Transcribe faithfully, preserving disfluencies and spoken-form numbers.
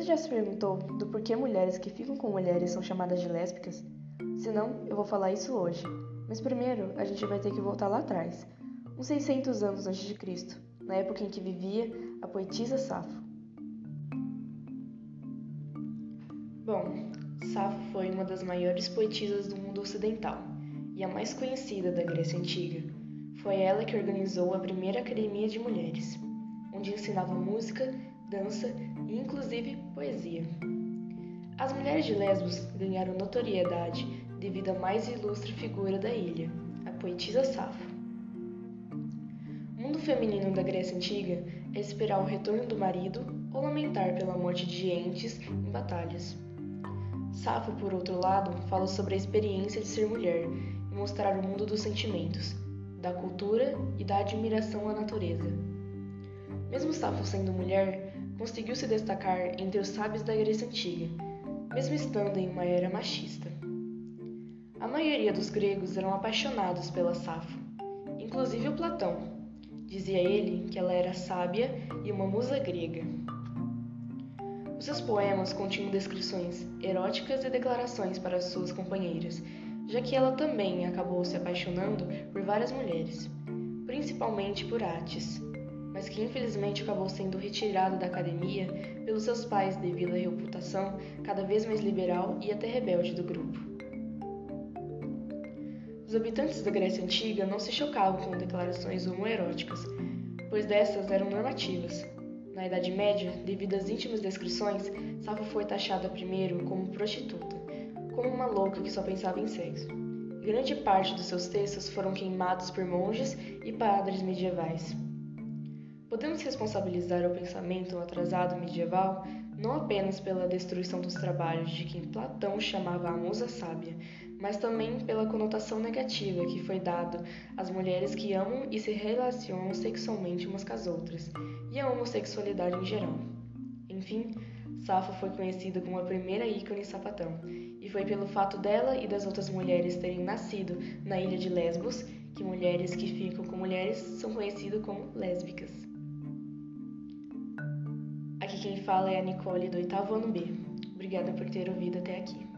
já se perguntou do porquê mulheres que ficam com mulheres são chamadas de lésbicas? Se não, eu vou falar isso hoje. Mas primeiro, a gente vai ter que voltar lá atrás, uns seiscentos anos antes de Cristo, na época em que vivia a poetisa Safo. Bom, Safo foi uma das maiores poetisas do mundo ocidental e a mais conhecida da Grécia Antiga. Foi ela que organizou a primeira academia de mulheres, onde ensinava música, dança e inclusive poesia. As mulheres de Lesbos ganharam notoriedade devido à mais ilustre figura da ilha, a poetisa Safo. O mundo feminino da Grécia Antiga é esperar o retorno do marido ou lamentar pela morte de entes em batalhas. Safo, por outro lado, fala sobre a experiência de ser mulher e mostrar o mundo dos sentimentos, da cultura e da admiração à natureza. Mesmo Safo sendo mulher, conseguiu se destacar entre os sábios da Grécia Antiga, mesmo estando em uma era machista. A maioria dos gregos eram apaixonados pela Safo, inclusive o Platão. Dizia ele que ela era sábia e uma musa grega. Os seus poemas continham descrições eróticas e declarações para suas companheiras, já que ela também acabou se apaixonando por várias mulheres, principalmente por Átis, mas que infelizmente acabou sendo retirada da academia pelos seus pais devido à reputação cada vez mais liberal e até rebelde do grupo. Os habitantes da Grécia Antiga não se chocavam com declarações homoeróticas, pois dessas eram normativas. Na Idade Média, devido às íntimas descrições, Safo foi taxada primeiro como prostituta, como uma louca que só pensava em sexo. Grande parte dos seus textos foram queimados por monges e padres medievais. Podemos responsabilizar o pensamento atrasado medieval não apenas pela destruição dos trabalhos de quem Platão chamava a musa sábia, mas também pela conotação negativa que foi dada às mulheres que amam e se relacionam sexualmente umas com as outras, e à homossexualidade em geral. Enfim, Safo foi conhecida como a primeira ícone sapatão, e foi pelo fato dela e das outras mulheres terem nascido na ilha de Lesbos que mulheres que ficam com mulheres são conhecidas como lésbicas. Aqui quem fala é a Nicole do oitavo ano B. Obrigada por ter ouvido até aqui.